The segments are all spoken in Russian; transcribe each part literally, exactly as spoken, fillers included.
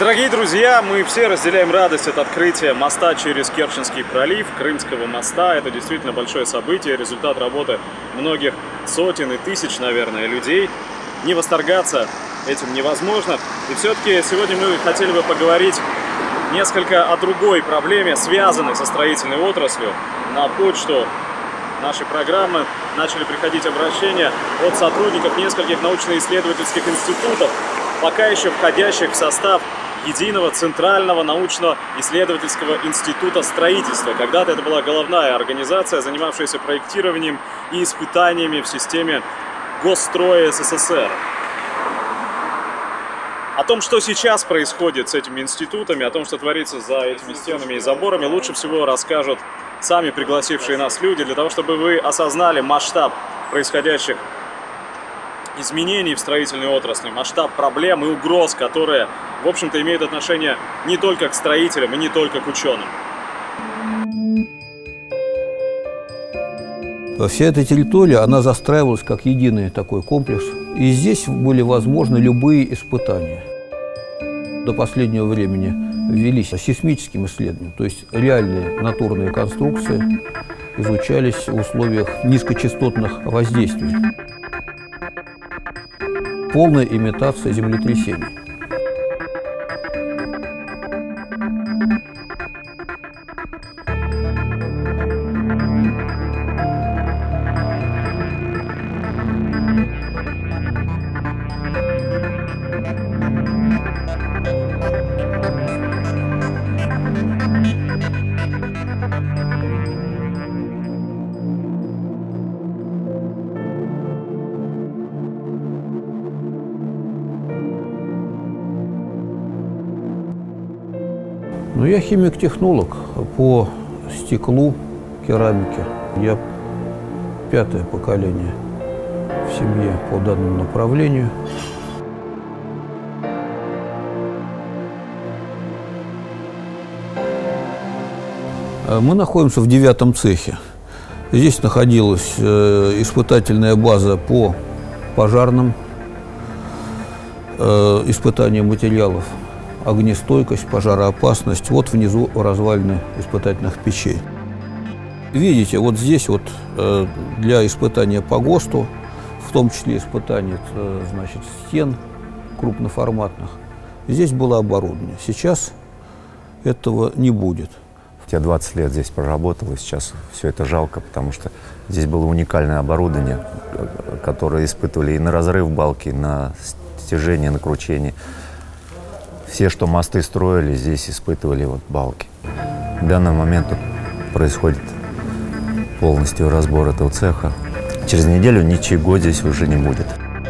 Дорогие друзья, мы все разделяем радость от открытия моста через Керченский пролив, Крымского моста. Это действительно большое событие, результат работы многих сотен и тысяч, наверное, людей. Не восторгаться этим невозможно. И все-таки сегодня мы хотели бы поговорить несколько о другой проблеме, связанной со строительной отраслью. На почту нашей программы начали приходить обращения от сотрудников нескольких научно-исследовательских институтов, пока еще входящих в состав Единого Центрального научно-исследовательского института строительства. Когда-то это была головная организация, занимавшаяся проектированием и испытаниями в системе госстроя СССР. О том, что сейчас происходит с этими институтами, о том, что творится за этими стенами и заборами, лучше всего расскажут сами пригласившие нас люди, для того, чтобы вы осознали масштаб происходящих изменений в строительной отрасли, масштаб проблем и угроз, которые, в общем-то, имеют отношение не только к строителям и не только к ученым. Вся эта территория, она застраивалась как единый такой комплекс. И здесь были возможны любые испытания. До последнего времени велись сейсмическим исследованием, то есть реальные натурные конструкции изучались в условиях низкочастотных воздействий. Полная имитация землетрясений. Ну, я химик-технолог по стеклу, керамике. Я пятое поколение в семье по данному направлению. Мы находимся в девятом цехе. Здесь находилась испытательная база по пожарным испытаниям материалов. Огнестойкость, пожароопасность. Вот внизу развалины испытательных печей. Видите, вот здесь вот э, для испытания по ГОСТу, в том числе испытания э, значит, стен крупноформатных, здесь было оборудование. Сейчас этого не будет. Я двадцать лет здесь проработал, и сейчас все это жалко, потому что здесь было уникальное оборудование, которое испытывали и на разрыв балки, и на стяжение, на кручение. Все, что мосты строили, здесь испытывали вот балки. В данный момент тут происходит полностью разбор этого цеха. Через неделю ничего здесь уже не будет.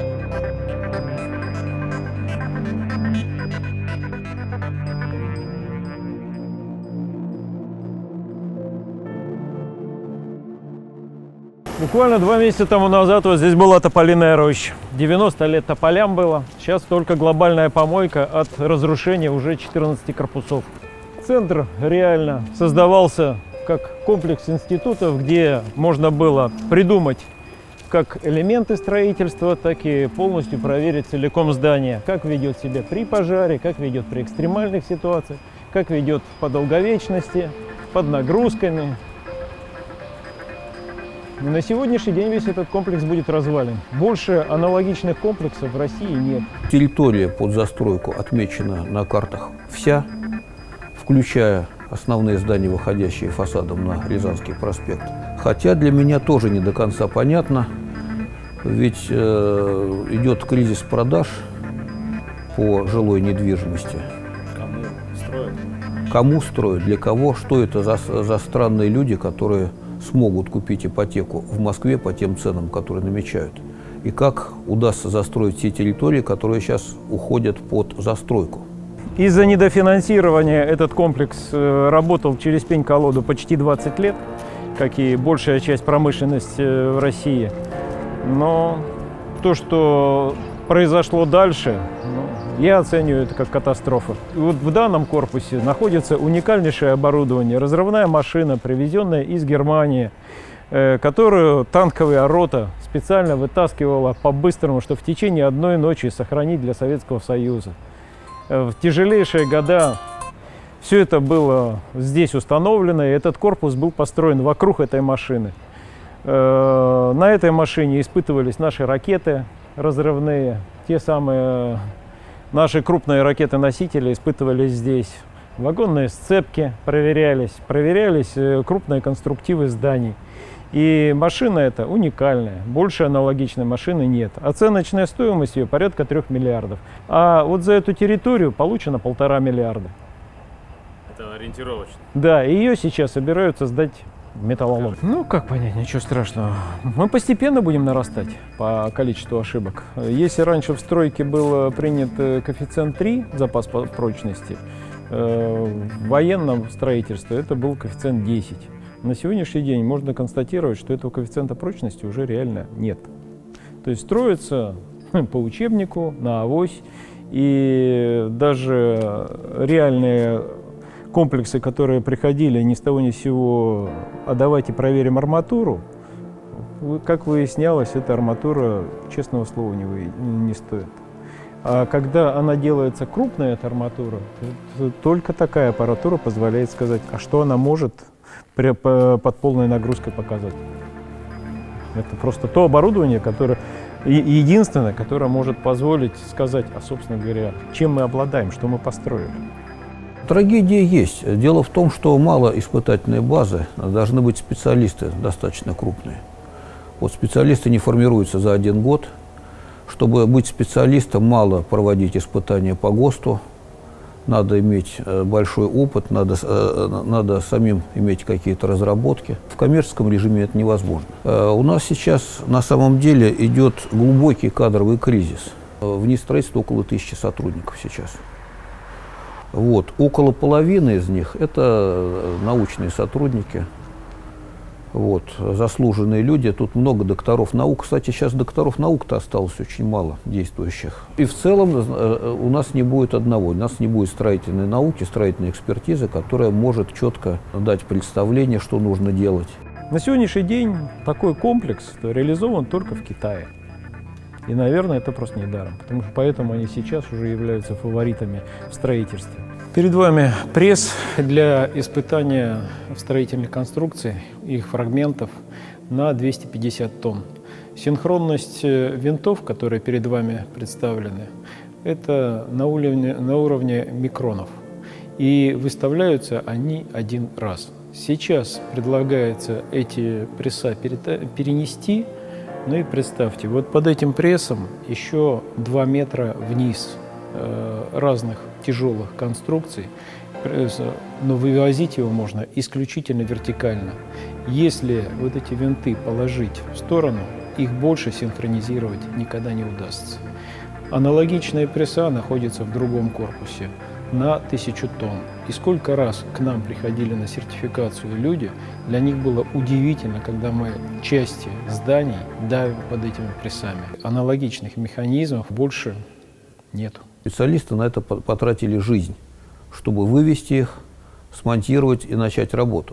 Буквально два месяца тому назад вот здесь была тополиная роща. девяносто лет тополям было. Сейчас только глобальная помойка от разрушения уже четырнадцати корпусов. Центр реально создавался как комплекс институтов, где можно было придумать как элементы строительства, так и полностью проверить целиком здание. Как ведет себя при пожаре, как ведет при экстремальных ситуациях, как ведет по долговечности, под нагрузками. На сегодняшний день весь этот комплекс будет развален. Больше аналогичных комплексов в России нет. Территория под застройку отмечена на картах вся, включая основные здания, выходящие фасадом на Рязанский проспект. Хотя для меня тоже не до конца понятно, ведь э, идет кризис продаж по жилой недвижимости. Кому строят? Кому строят, для кого, что это за, за странные люди, которые смогут купить ипотеку в Москве по тем ценам, которые намечают. И как удастся застроить те территории, которые сейчас уходят под застройку. Из-за недофинансирования этот комплекс работал через пень-колоду почти двадцать лет, как и большая часть промышленности в России. Но то, что произошло дальше, ну, я оцениваю это как катастрофу. И вот в данном корпусе находится уникальнейшее оборудование, разрывная машина, привезенная из Германии, э, которую танковая рота специально вытаскивала по-быстрому, чтобы в течение одной ночи сохранить для Советского Союза. В тяжелейшие года все это было здесь установлено, и этот корпус был построен вокруг этой машины. На этой машине испытывались наши ракеты разрывные, те самые наши крупные ракеты-носители испытывались здесь. Вагонные сцепки проверялись, проверялись крупные конструктивы зданий. И машина эта уникальная, больше аналогичной машины нет. Оценочная стоимость ее порядка трех миллиардов. А вот за эту территорию получено полтора миллиарда. Это ориентировочно? Да, ее сейчас собираются сдать металлолом. Ну, как понять, ничего страшного. Мы постепенно будем нарастать по количеству ошибок. Если раньше в стройке был принят коэффициент три, запас прочности, в военном строительстве это был коэффициент десять. На сегодняшний день можно констатировать, что этого коэффициента прочности уже реально нет. То есть строится по учебнику, на авось, и даже реальные комплексы, которые приходили ни с того ни с сего, а давайте проверим арматуру, как выяснялось, эта арматура честного слова не, вы, не стоит. А когда она делается крупная, эта арматура, только такая аппаратура позволяет сказать, а что она может при, по, под полной нагрузкой показать. Это просто то оборудование, которое единственное, которое может позволить сказать, а, собственно говоря, чем мы обладаем, что мы построили. Трагедия есть. Дело в том, что мало испытательной базы, должны быть специалисты достаточно крупные. Вот специалисты не формируются за один год. Чтобы быть специалистом, мало проводить испытания по ГОСТу, надо иметь большой опыт, надо, надо самим иметь какие-то разработки. В коммерческом режиме это невозможно. У нас сейчас на самом деле идет глубокий кадровый кризис. В НИИ строительства около тысячи сотрудников сейчас. Вот. Около половины из них – это научные сотрудники, вот, заслуженные люди. Тут много докторов наук. Кстати, сейчас докторов наук-то осталось очень мало действующих. И в целом у нас не будет одного. У нас не будет строительной науки, строительной экспертизы, которая может четко дать представление, что нужно делать. На сегодняшний день такой комплекс реализован только в Китае. И, наверное, это просто недаром, потому что поэтому они сейчас уже являются фаворитами в строительстве. Перед вами пресс для испытания строительных конструкций, их фрагментов на двести пятьдесят тонн. Синхронность винтов, которые перед вами представлены, это на уровне, на уровне микронов. И выставляются они один раз. Сейчас предлагается эти пресса перенести. Ну и представьте, вот под этим прессом еще два метра вниз э, разных тяжелых конструкций, но вывозить его можно исключительно вертикально. Если вот эти винты положить в сторону, их больше синхронизировать никогда не удастся. Аналогичная пресса находится в другом корпусе на тысячу тонн. И сколько раз к нам приходили на сертификацию люди, для них было удивительно, когда мы части зданий давим под этими прессами. Аналогичных механизмов больше нету. Специалисты на это потратили жизнь, чтобы вывести их, смонтировать и начать работу.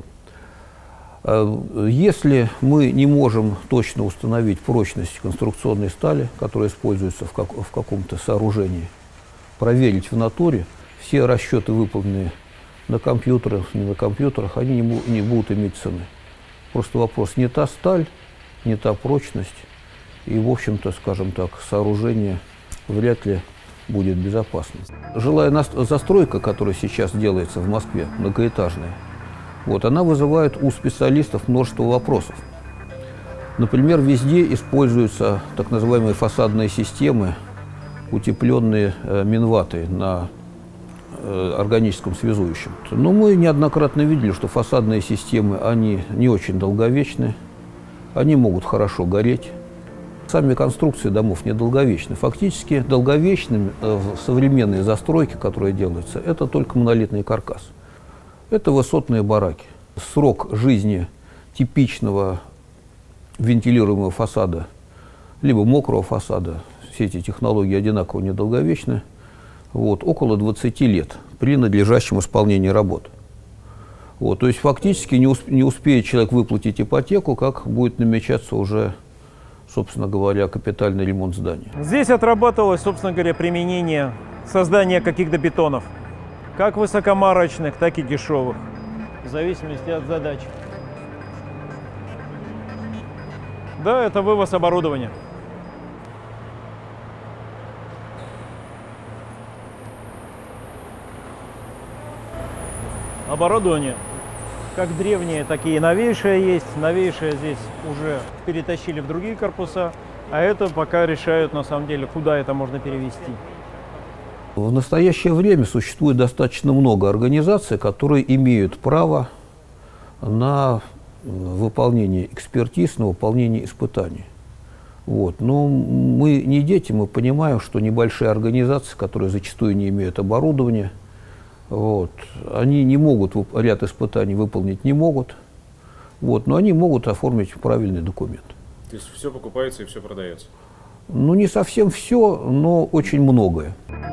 Если мы не можем точно установить прочность конструкционной стали, которая используется в, как, в каком-то сооружении, проверить в натуре, все расчеты, выполненные на компьютерах, не на компьютерах, они не, не будут иметь цены. Просто вопрос, не та сталь, не та прочность, и, в общем-то, скажем так, сооружение вряд ли будет безопасным. Жилая застройка, которая сейчас делается в Москве, многоэтажная, вот, она вызывает у специалистов множество вопросов. Например, везде используются так называемые фасадные системы, утепленные э, минватой на э, органическом связующем. Но мы неоднократно видели, что фасадные системы, они не очень долговечны, они могут хорошо гореть. Сами конструкции домов недолговечны. Фактически долговечными э, в современной застройке, которая делается, это только монолитный каркас. Это высотные бараки. Срок жизни типичного вентилируемого фасада, либо мокрого фасада, все эти технологии одинаково недолговечны, вот, около двадцати лет при надлежащем исполнении работ. Вот, то есть фактически не, усп не успеет человек выплатить ипотеку, как будет намечаться уже, собственно говоря, капитальный ремонт здания. Здесь отрабатывалось, собственно говоря, применение создания каких-то бетонов. Как высокомарочных, так и дешевых. В зависимости от задач. Да, это вывоз оборудования. Оборудование как древнее, так и новейшее есть. Новейшее здесь уже перетащили в другие корпуса, а это пока решают на самом деле, куда это можно перевести. В настоящее время существует достаточно много организаций, которые имеют право на выполнение экспертиз, на выполнение испытаний. Вот. Но мы не дети, мы понимаем, что небольшие организации, которые зачастую не имеют оборудования, вот, они не могут, ряд испытаний выполнить не могут, вот, но они могут оформить правильный документ. То есть все покупается и все продается? Ну, не совсем все, но очень многое.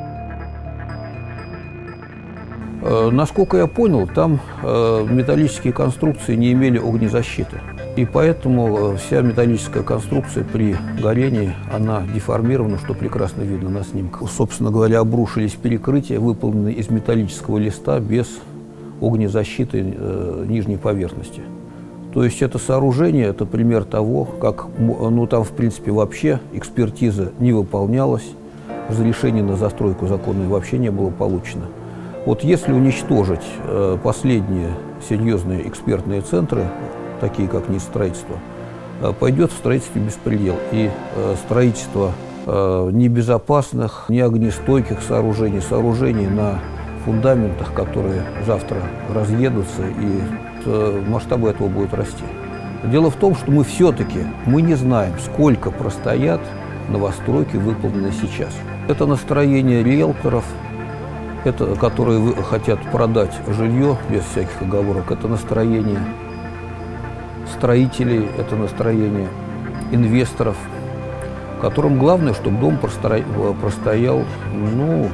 Э, насколько я понял, там э, металлические конструкции не имели огнезащиты. И поэтому вся металлическая конструкция при горении, она деформирована, что прекрасно видно на снимках. Собственно говоря, обрушились перекрытия, выполненные из металлического листа без огнезащиты э, нижней поверхности. То есть это сооружение, это пример того, как, ну там в принципе вообще экспертиза не выполнялась, разрешение на застройку законное вообще не было получено. Вот если уничтожить э, последние серьезные экспертные центры, такие как НИС-строительство, пойдет в строительстве беспредел. И э, строительство э, небезопасных, неогнестойких сооружений, сооружений на фундаментах, которые завтра разъедутся, и э, масштабы этого будут расти. Дело в том, что мы все-таки мы не знаем, сколько простоят новостройки, выполненные сейчас. Это настроение риэлторов, это, которые хотят продать жилье без всяких оговорок, это настроение строителей, это настроение инвесторов, которым главное, чтобы дом простоял, ну,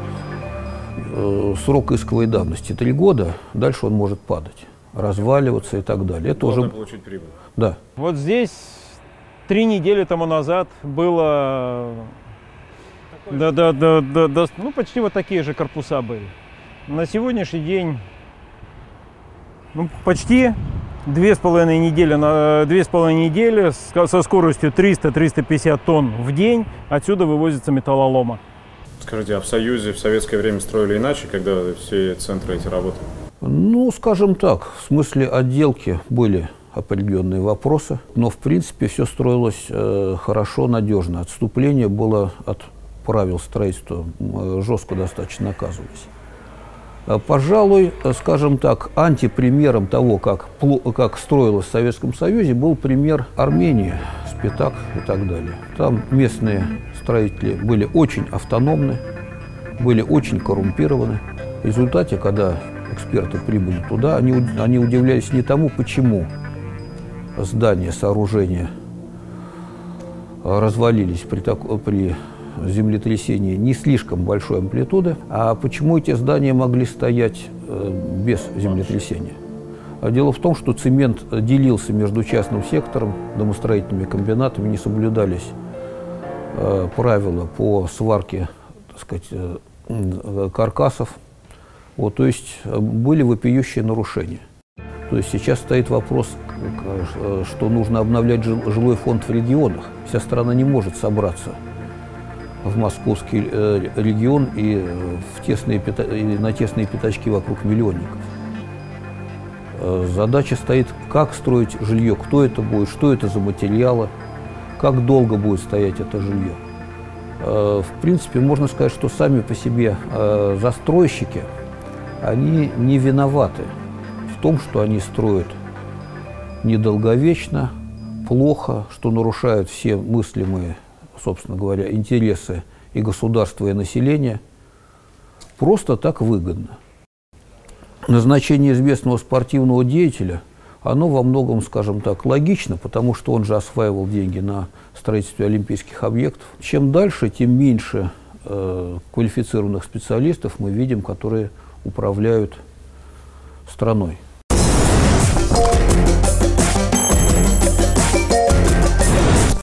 э, срок исковой давности три года, дальше он может падать, разваливаться и так далее. Это главное уже получить прибыль. Да. Вот здесь три недели тому назад было, да, да, да, да, да, ну почти вот такие же корпуса были. На сегодняшний день, ну, почти Две с половиной недели на две с половиной недели со скоростью триста — триста пятьдесят тонн в день отсюда вывозится металлолома. Скажите, а в Союзе в советское время строили иначе, когда все центры эти работали? Ну, скажем так, в смысле отделки были определенные вопросы, но в принципе все строилось э, хорошо, надежно. Отступление было от правил строительства, э, жестко достаточно наказывались. Пожалуй, скажем так, антипримером того, как, как строилось в Советском Союзе, был пример Армении, Спитак и так далее. Там местные строители были очень автономны, были очень коррумпированы. В результате, когда эксперты прибыли туда, они, они удивлялись не тому, почему здания, сооружения развалились при, так, при землетрясения не слишком большой амплитуды, а почему эти здания могли стоять э, без землетрясения? А дело в том, что цемент делился между частным сектором, домостроительными комбинатами, не соблюдались э, правила по сварке, так сказать, э, каркасов. Вот, то есть э, были вопиющие нарушения. То есть сейчас стоит вопрос, э, что нужно обновлять жил, жилой фонд в регионах. Вся страна не может собраться в московский э, регион и, в тесные, и на тесные пятачки вокруг миллионников. Э, задача стоит, как строить жилье, кто это будет, что это за материалы, как долго будет стоять это жилье. Э, в принципе, можно сказать, что сами по себе э, застройщики, они не виноваты в том, что они строят недолговечно, плохо, что нарушают все мыслимые, собственно говоря, интересы и государства, и населения, просто так выгодно. Назначение известного спортивного деятеля, оно во многом, скажем так, логично, потому что он же осваивал деньги на строительстве олимпийских объектов. Чем дальше, тем меньше э, квалифицированных специалистов мы видим, которые управляют страной.